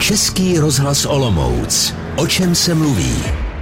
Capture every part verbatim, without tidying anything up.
Český rozhlas Olomouc. O čem se mluví?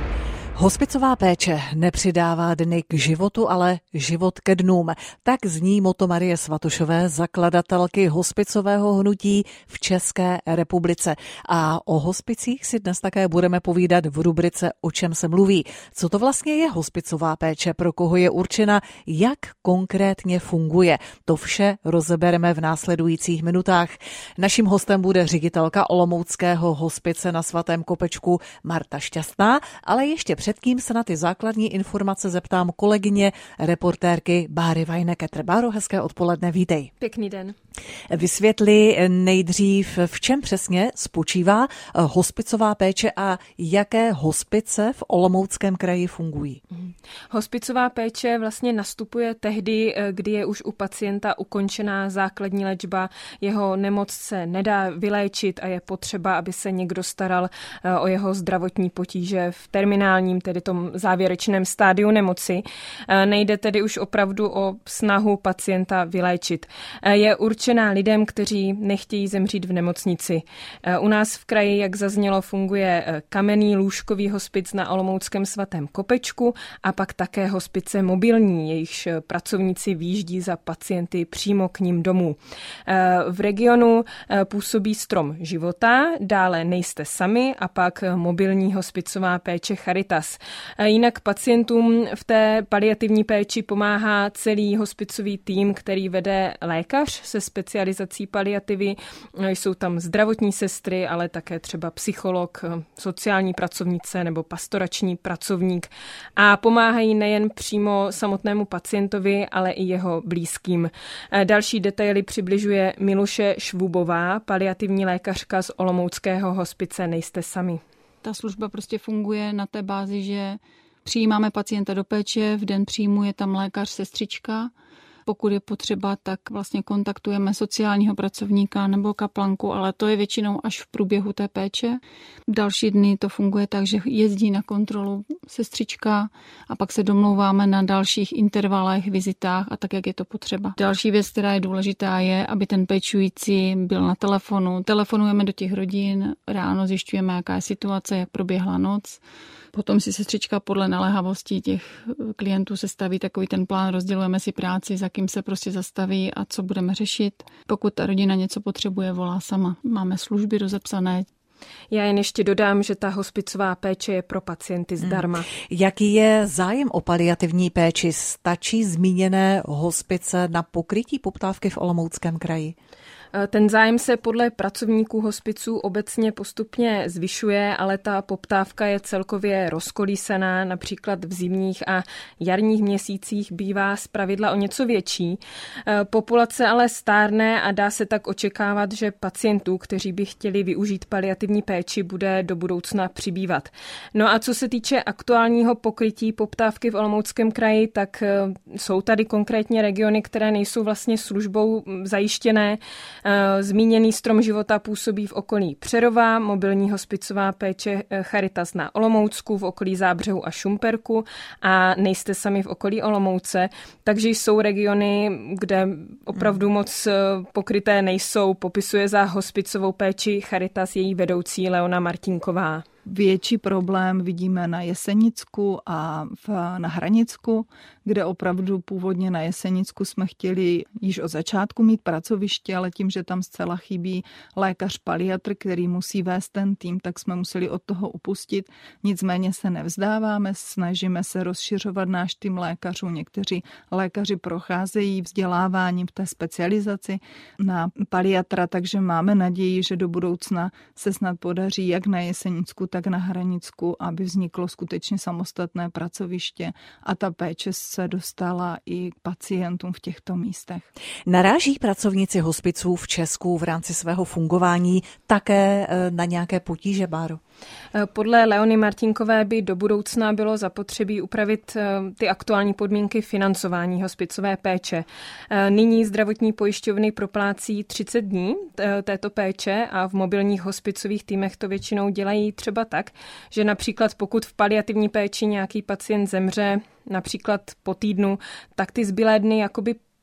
Hospicová péče nepřidává dny k životu, ale život ke dnům. Tak zní motto Marie Svatošové, zakladatelky hospicového hnutí v České republice. A o hospicích si dnes také budeme povídat v rubrice O čem se mluví. Co to vlastně je hospicová péče, pro koho je určena, jak konkrétně funguje. To vše rozebereme v následujících minutách. Naším hostem bude ředitelka olomouckého hospice na Svatém Kopečku Marta Šťastná, ale ještě předtím se na ty základní informace zeptám kolegyně, reportérky Báry Vajneketr. Báro, hezké odpoledne, vítej. Pěkný den. Vysvětli nejdřív, v čem přesně spočívá hospicová péče a jaké hospice v Olomouckém kraji fungují. Hospicová péče vlastně nastupuje tehdy, kdy je už u pacienta ukončená základní léčba, jeho nemoc se nedá vyléčit a je potřeba, aby se někdo staral o jeho zdravotní potíže v terminálním, tedy tom závěrečném stádiu nemoci. Nejde tedy už opravdu o snahu pacienta vyléčit. Je určená lidem, kteří nechtějí zemřít v nemocnici. U nás v kraji, jak zaznělo, funguje kamenný lůžkový hospic na olomouckém Svatém Kopečku a pak také hospice mobilní, jejichž pracovníci výjíždí za pacienty přímo k nim domů. V regionu působí Strom života, dále Nejste sami a pak mobilní hospicová péče Charitas. Jinak pacientům v té paliativní péči pomáhá celý hospicový tým, který vede lékař se specializací paliativy. Jsou tam zdravotní sestry, ale také třeba psycholog, sociální pracovnice nebo pastorační pracovník. A pomáhají nejen přímo samotnému pacientovi, ale i jeho blízkým. Další detaily přibližuje Miluše Švůbová, paliativní lékařka z olomouckého hospice Nejste sami. Ta služba prostě funguje na té bázi, že přijímáme pacienta do péče, v den příjmu je tam lékař, sestřička. Pokud je potřeba, tak vlastně kontaktujeme sociálního pracovníka nebo kaplanku, ale to je většinou až v průběhu té péče. Další dny to funguje tak, že jezdí na kontrolu sestřička a pak se domlouváme na dalších intervalech, vizitách a tak, jak je to potřeba. Další věc, která je důležitá, je, aby ten péčující byl na telefonu. Telefonujeme do těch rodin, ráno zjišťujeme, jaká je situace, jak proběhla noc. Potom si sestřička podle naléhavosti těch klientů sestaví takový ten plán, rozdělujeme si práci, za kým se prostě zastaví a co budeme řešit. Pokud ta rodina něco potřebuje, volá sama. Máme služby rozepsané. Já jen ještě dodám, že ta hospicová péče je pro pacienty zdarma. Hmm. Jaký je zájem o paliativní péči? Stačí zmíněné hospice na pokrytí poptávky v Olomouckém kraji? Ten zájem se podle pracovníků hospiců obecně postupně zvyšuje, ale ta poptávka je celkově rozkolísaná, například v zimních a jarních měsících bývá zpravidla o něco větší. Populace ale stárne a dá se tak očekávat, že pacientů, kteří by chtěli využít paliativní péči, bude do budoucna přibývat. No a co se týče aktuálního pokrytí poptávky v Olomouckém kraji, tak jsou tady konkrétně regiony, které nejsou vlastně službou zajištěné. Zmíněný Strom života působí v okolí Přerova, mobilní hospicová péče Charitas na Olomoucku, v okolí Zábřehu a Šumperku a Nejste sami v okolí Olomouce. Takže jsou regiony, kde opravdu moc pokryté nejsou. Popisuje za hospicovou péči Charitas její vedoucí Leona Martinková. Větší problém vidíme na Jesenicku a v, na Hranicku, kde opravdu původně na Jesenicku jsme chtěli již od začátku mít pracoviště, ale tím, že tam zcela chybí lékař paliatr, který musí vést ten tým, tak jsme museli od toho upustit. Nicméně se nevzdáváme, snažíme se rozšiřovat náš tým lékařů. Někteří lékaři procházejí vzděláváním v té specializaci na paliatra, takže máme naději, že do budoucna se snad podaří jak na Jesenicku, tak na Hranicku, aby vzniklo skutečně samostatné pracoviště a ta péče se dostala i k pacientům v těchto místech. Naráží pracovníci hospiců v Česku v rámci svého fungování také na nějaké potíže, Báro? Podle Leony Martinkové by do budoucna bylo zapotřebí upravit ty aktuální podmínky financování hospicové péče. Nyní zdravotní pojišťovny proplácí třicet dní této péče a v mobilních hospicových týmech to většinou dělají třeba tak, že například pokud v paliativní péči nějaký pacient zemře například po týdnu, tak ty zbylé dny jakoby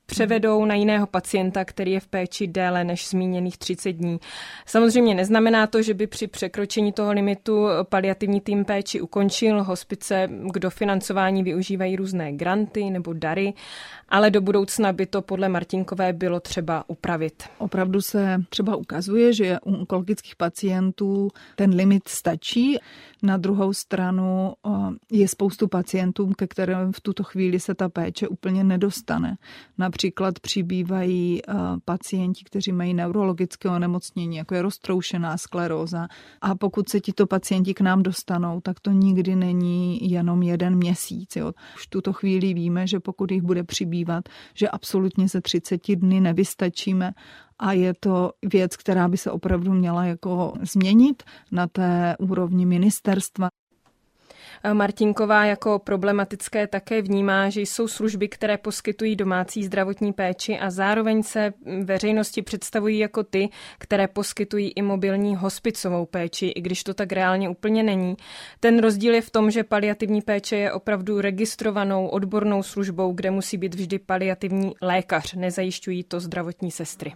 převedou na jiného pacienta, který je v péči déle než zmíněných třicet dní. Samozřejmě neznamená to, že by při překročení toho limitu paliativní tým péči ukončil. Hospice k dofinancování využívají různé granty nebo dary, ale do budoucna by to podle Martinkové bylo třeba upravit. Opravdu se třeba ukazuje, že u onkologických pacientů ten limit stačí. Na druhou stranu je spoustu pacientů, ke kterým v tuto chvíli se ta péče úplně nedostane. Například přibývají pacienti, kteří mají neurologické onemocnění, jako je roztroušená skleróza. A pokud se tito pacienti k nám dostanou, tak to nikdy není jenom jeden měsíc. Jo. Už v tuto chvíli víme, že pokud jich bude přibývat, že absolutně ze třicet dny nevystačíme. A je to věc, která by se opravdu měla jako změnit na té úrovni ministerstva. Martinková jako problematické také vnímá, že jsou služby, které poskytují domácí zdravotní péči a zároveň se veřejnosti představují jako ty, které poskytují i mobilní hospicovou péči, i když to tak reálně úplně není. Ten rozdíl je v tom, že paliativní péče je opravdu registrovanou odbornou službou, kde musí být vždy paliativní lékař, nezajišťují to zdravotní sestry.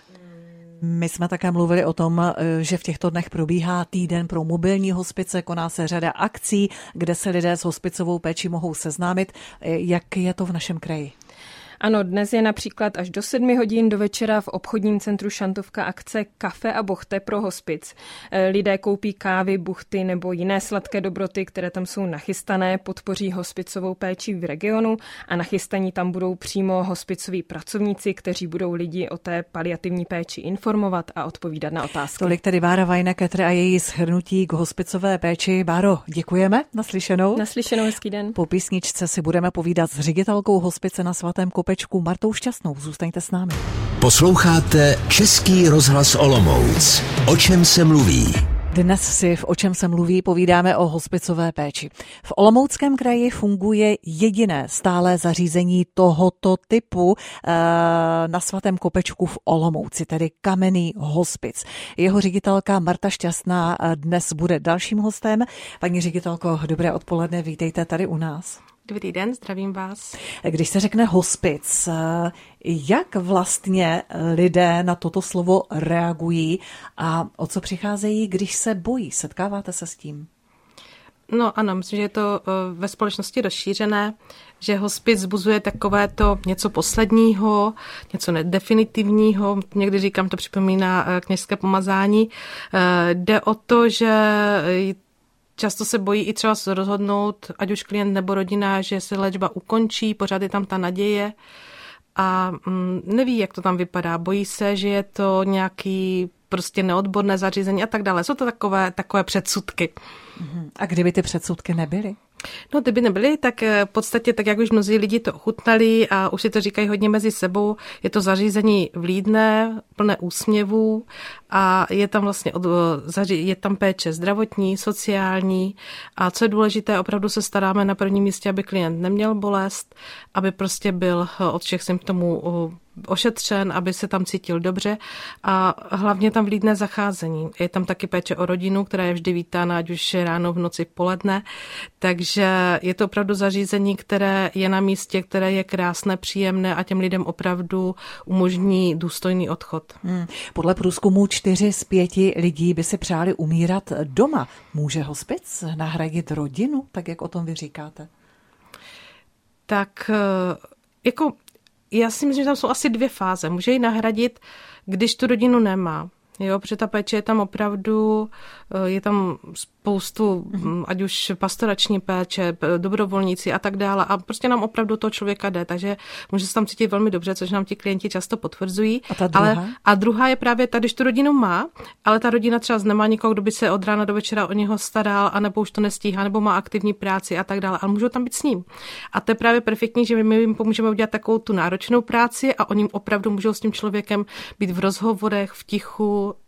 My jsme také mluvili o tom, že v těchto dnech probíhá týden pro mobilní hospice, koná se řada akcí, kde se lidé s hospicovou péčí mohou seznámit. Jak je to v našem kraji? Ano, dnes je například až do sedmi hodin do večera v obchodním centru Šantovka akce Kafe a bochte pro hospic. Lidé koupí kávy, buchty nebo jiné sladké dobroty, které tam jsou nachystané, podpoří hospicovou péči v regionu a nachystaní tam budou přímo hospicoví pracovníci, kteří budou lidi o té paliativní péči informovat a odpovídat na otázky. Tolik tedy Bára Vajneketr a její shrnutí k hospicové péči. Báro, děkujeme, naslyšenou. Naslyšenou, hezký den. Po písničce si budeme povídat s ředitelkou hospice na Svatém Kopečku Martou Šťastnou. Zůstaňte s námi. Posloucháte Český rozhlas Olomouc. O čem se mluví? Dnes si v O čem se mluví povídáme o hospicové péči. V Olomouckém kraji funguje jediné stálé zařízení tohoto typu na Svatém Kopečku v Olomouci, tedy Kamenný hospic. Jeho ředitelka Marta Šťastná dnes bude dalším hostem. Paní ředitelko, dobré odpoledne, vítejte tady u nás. Dobrý den, zdravím vás. Když se řekne hospic, jak vlastně lidé na toto slovo reagují a o co přicházejí, když se bojí? Setkáváte se s tím? No ano, myslím, že je to ve společnosti rozšířené, že hospic vzbuzuje takové to něco posledního, něco nedefinitivního, někdy říkám, to připomíná kněžské pomazání. Jde o to, že často se bojí i třeba se rozhodnout, ať už klient nebo rodina, že se léčba ukončí, pořád je tam ta naděje a mm, neví, jak to tam vypadá. Bojí se, že je to nějaký prostě neodborné zařízení a tak dále. Jsou to takové, takové předsudky. A kdyby ty předsudky nebyly? No, kdyby nebyly, tak v podstatě, tak jak už mnozí lidi to ochutnali a už si to říkají hodně mezi sebou, je to zařízení vlídné, plné úsměvů a je tam vlastně je tam péče zdravotní, sociální a co je důležité, opravdu se staráme na prvním místě, aby klient neměl bolest, aby prostě byl od všech symptomů ošetřen, aby se tam cítil dobře a hlavně tam vlídné zacházení. Je tam taky péče o rodinu, která je vždy vítána, ať už ráno, v noci, v poledne. Takže je to opravdu zařízení, které je na místě, které je krásné, příjemné a těm lidem opravdu umožní důstojný odchod. Hmm. Podle průzkumu čtyři z pěti lidí by si přáli umírat doma. Může hospic nahradit rodinu, tak jak o tom vy říkáte? Tak jako já si myslím, že tam jsou asi dvě fáze. Může ji nahradit, když tu rodinu nemá. Jo, protože ta péče je tam opravdu, je tam spoustu, ať už pastorační péče, dobrovolníci a tak dále. A prostě nám opravdu toho člověka jde, takže může se tam cítit velmi dobře, což nám ti klienti často potvrzují. A ta druhá? Ale, a druhá je právě ta, když tu rodinu má, ale ta rodina třeba nemá nikoho, kdo by se od rána do večera o něho staral, anebo už to nestíhá, nebo má aktivní práci a tak dále. Ale můžou tam být s ním. A to je právě perfektní, že my jim pomůžeme udělat takovou tu náročnou práci a oni opravdu můžou s tím člověkem být v rozhovorech, v tichu,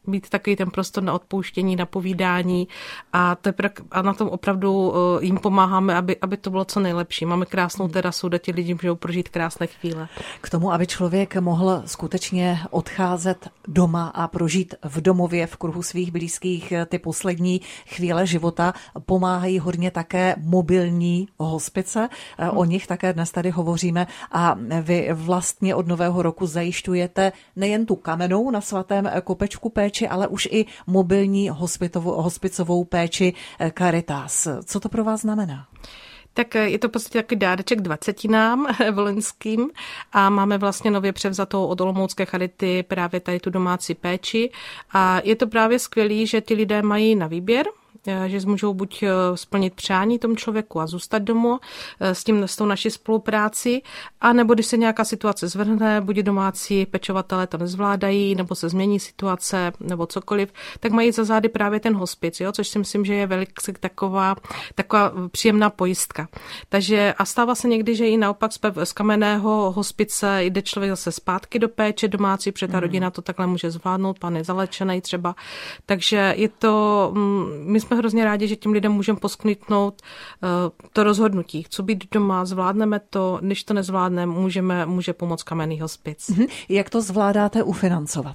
mít takový ten prostor na odpouštění, na povídání a, to je prak- a na tom opravdu jim pomáháme, aby, aby to bylo co nejlepší. Máme krásnou terasu, kde ti lidi můžou prožít krásné chvíle. K tomu, aby člověk mohl skutečně odcházet doma a prožít v domově, v kruhu svých blízkých ty poslední chvíle života, pomáhají hodně také mobilní hospice. O nich také dnes tady hovoříme a vy vlastně od nového roku zajišťujete nejen tu kamennou na Svatém Kopečku péči, ale už i mobilní hospicovou péči Caritas. Co to pro vás znamená? Tak je to v podstatě takový dáreček dvacetinám volenským a máme vlastně nově převzatou od Olomoucké charity právě tady tu domácí péči a je to právě skvělý, že ti lidé mají na výběr, že můžou buď splnit přání tomu člověku a zůstat domů s tím s tou naší spolupráci, a nebo když se nějaká situace zvrhne, buď domácí pečovatelé to nezvládají, nebo se změní situace, nebo cokoliv, tak mají za zády právě ten hospic, jo, což si myslím, že je velice taková, taková příjemná pojistka. Takže a stává se někdy, že i naopak z kamenného hospice jde člověk zase zpátky do péče domácí, protože ta mm. rodina to takhle může zvládnout, pan je zalečený třeba. Takže je to, my jsme hrozně rádi, že těm lidem můžeme poskytnout uh, to rozhodnutí. Chci být doma, zvládneme to, když to nezvládneme, můžeme, může pomoct kamenný hospic. Mm-hmm. Jak to zvládáte ufinancovat?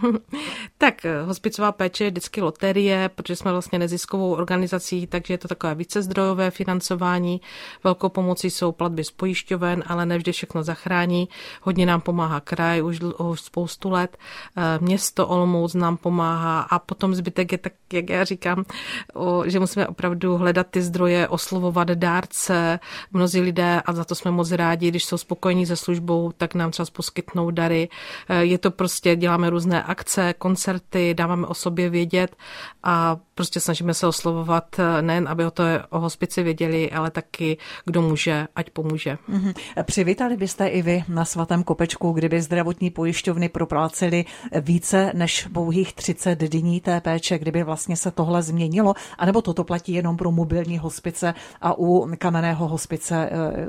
Tak hospicová péče je vždycky loterie, protože jsme vlastně neziskovou organizací, takže je to takové vícezdrojové financování. Velkou pomocí jsou platby z pojišťoven, ale nevždy všechno zachrání. Hodně nám pomáhá kraj už, už spoustu let. Město Olomouc nám pomáhá a potom zbytek je tak, jak já říkám, O, že musíme opravdu hledat ty zdroje, oslovovat dárce, mnozí lidé, a za to jsme moc rádi, když jsou spokojení se službou, tak nám třeba poskytnou dary. Je to prostě, děláme různé akce, koncerty, dáváme o sobě vědět a prostě snažíme se oslovovat nejen, aby o to o hospici věděli, ale taky, kdo může, ať pomůže. Mm-hmm. Přivítali byste i vy na Svatém Kopečku, kdyby zdravotní pojišťovny proplácely více než pouhých třicet dní té péče, kdyby vlastně se tohle změnilo, anebo toto platí jenom pro mobilní hospice a u kamenného hospice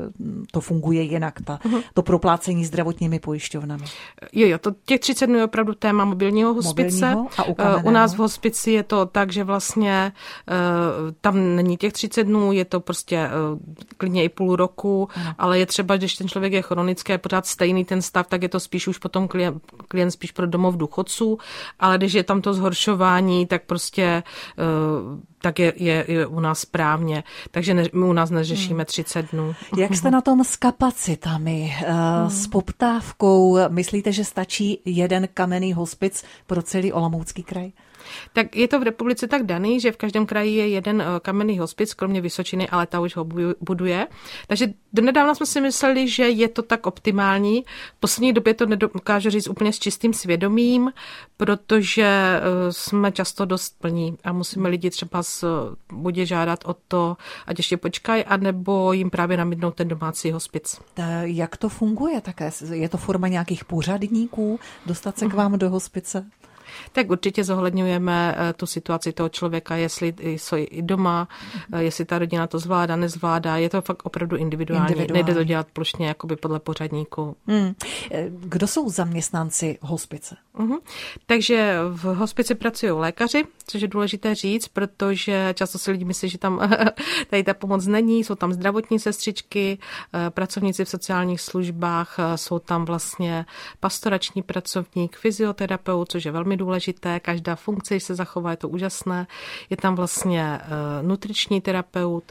to funguje jinak, ta, uh-huh. to proplácení zdravotními pojišťovnami? Jo, jo, to těch třicet dnů je opravdu téma mobilního hospice. Mobilního a u, u nás v hospici je to tak, že vlastně uh, tam není těch třicet dnů, je to prostě uh, klidně i půl roku, uh-huh. ale je třeba, když ten člověk je chronický a pořád stejný ten stav, tak je to spíš už potom klient, klient spíš pro domov důchodců, ale když je tam to zhoršování, tak prostě uh, tak je, je, je u nás správně. Takže ne, my u nás neřešíme třicet dnů. Jak jste na tom s kapacitami, s poptávkou? Myslíte, že stačí jeden kamenný hospic pro celý Olomoucký kraj? Tak je to v republice tak daný, že v každém kraji je jeden kamenný hospic, kromě Vysočiny, ale ta už ho buduje. Takže donedávna jsme si mysleli, že je to tak optimální. V poslední době to nedokážu říct úplně s čistým svědomím, protože jsme často dost plní a musíme lidi třeba buď žádat o to, ať ještě počkají, anebo jim právě nabídnout ten domácí hospic. Jak to funguje také? Je to forma nějakých pořadníků dostat se k vám do hospice? Tak určitě zohledňujeme tu situaci toho člověka, jestli jsou i doma, jestli ta rodina to zvládá, nezvládá. Je to fakt opravdu individuální. individuální. Nejde to dělat plošně jakoby podle pořadníku. Hmm. Kdo jsou zaměstnanci hospice? Uh-huh. Takže v hospici pracují lékaři, což je důležité říct, protože často si lidi myslí, že tam tady ta pomoc není. Jsou tam zdravotní sestřičky, pracovníci v sociálních službách, jsou tam vlastně pastorační pracovník, fyzioterapeut, což je velmi důležité. Každá funkce, když se zachová, je to úžasné. Je tam vlastně uh, nutriční terapeut,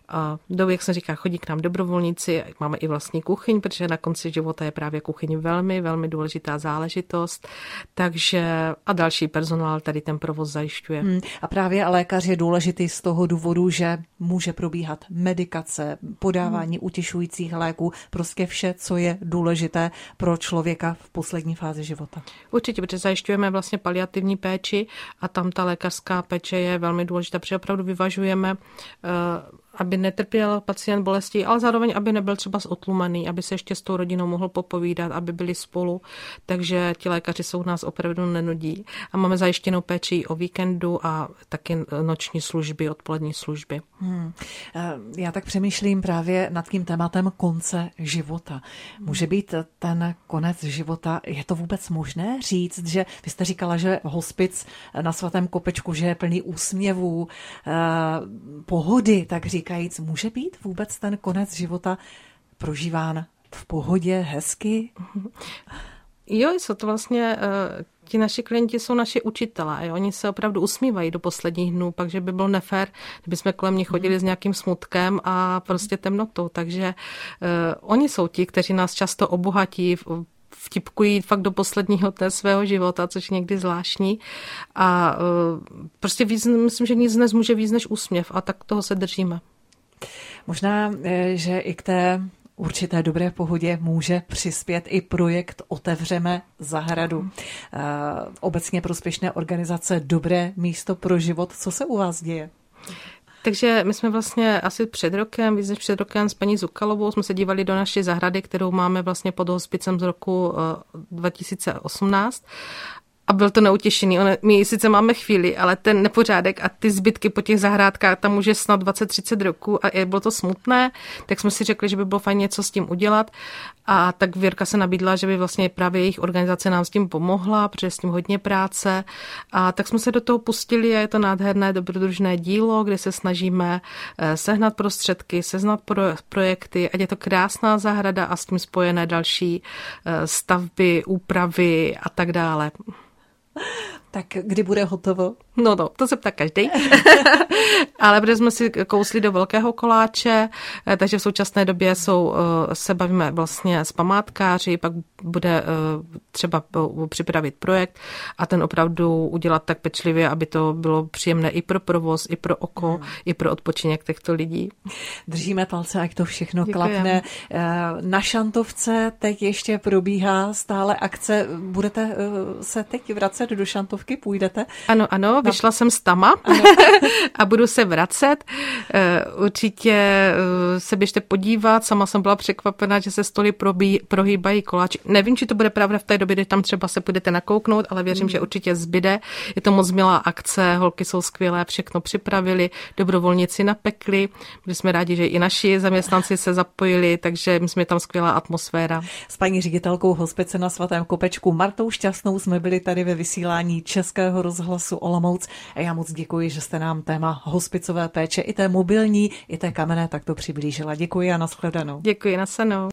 uh, jak se říká, chodí k nám dobrovolníci, máme i vlastní kuchyň, protože na konci života je právě kuchyň velmi, velmi důležitá záležitost. Takže a další personál tady ten provoz zajišťuje. Hmm. A právě lékař je důležitý z toho důvodu, že může probíhat medikace, podávání hmm. utěšujících léků, prostě vše, co je důležité pro člověka v poslední fázi života. Určitě, protože zajišťujeme vlastně paliativní péči a tam ta lékařská péče je velmi důležitá, protože opravdu vyvažujeme uh, aby netrpěl pacient bolestí, ale zároveň, aby nebyl třeba otlumený, aby se ještě s tou rodinou mohl popovídat, aby byli spolu. Takže ti lékaři jsou nás opravdu nenudí. A máme zajištěnou péči o víkendu a taky noční služby, odpolední služby. Hmm. Já tak přemýšlím právě nad tím tématem konce života. Může být ten konec života, je to vůbec možné říct, že vy jste říkala, že hospic na Svatém Kopečku, že je plný úsměvů, pohody, tak říkajíc, může být vůbec ten konec života prožíván v pohodě, hezky? Jo, jsou to vlastně, ti naši klienti jsou naši učitelé, jo? Oni se opravdu usmívají do posledních dnů, takže by bylo nefér, kdyby jsme kolem nich chodili s nějakým smutkem a prostě temnotou, takže uh, oni jsou ti, kteří nás často obohatí, vtipkují fakt do posledního té svého života, což je někdy zvláštní a uh, prostě víc, myslím, že nic dnes může víc než úsměv a tak toho se držíme. Možná, že i k té určité dobré pohodě může přispět i projekt Otevřeme zahradu. Obecně prospěšné organizace Dobré místo pro život. Co se u vás děje? Takže my jsme vlastně asi před rokem, víc než před rokem s paní Zukalovou jsme se dívali do naší zahrady, kterou máme vlastně pod hospicem z roku dva tisíce osmnáct. A byl to neutěšený. My sice máme chvíli, ale ten nepořádek a ty zbytky po těch zahrádkách, tam už je snad dvacet třicet roků a bylo to smutné, tak jsme si řekli, že by bylo fajn něco s tím udělat. A tak Věrka se nabídla, že by vlastně právě jejich organizace nám s tím pomohla, protože s tím hodně práce. A tak jsme se do toho pustili a je to nádherné dobrodružné dílo, kde se snažíme sehnat prostředky, seznat pro, projekty, ať je to krásná zahrada a s tím spojené další stavby, úpravy a tak dále. Tak kdy bude hotovo? No, no, to se ptá každý. Ale protože jsme si kousli do velkého koláče, takže v současné době jsou, se bavíme vlastně s památkáři, pak bude třeba připravit projekt a ten opravdu udělat tak pečlivě, aby to bylo příjemné i pro provoz, i pro oko, hmm. i pro odpočinek těchto lidí. Držíme palce, ať to všechno Děkujem. klapne. Na Šantovce teď ještě probíhá stále akce. Budete se teď vracet do Šantovky? Půjdete? Ano, ano, vyšla jsem z Tama a budu se vracet. Určitě se běžte podívat, sama jsem byla překvapena, že se stoly probí, prohýbají koláči. Nevím, či to bude pravda v té době, kdy tam třeba se půjdete nakouknout, ale věřím, mm. že určitě zbyde. Je to moc milá akce, holky jsou skvělé, všechno připravili, dobrovolníci napekli. Byli jsme rádi, že i naši zaměstnanci se zapojili, takže myslím, je tam skvělá atmosféra. S paní ředitelkou hospice na Svatém Kopečku Martou Šťastnou jsme byli tady ve vysílání Českého rozhlasu Olomouc. A já moc děkuji, že jste nám téma hospicové péče i té mobilní, i té kamenné takto přiblížila. Děkuji a nashledanou. Děkuji, nasledanou.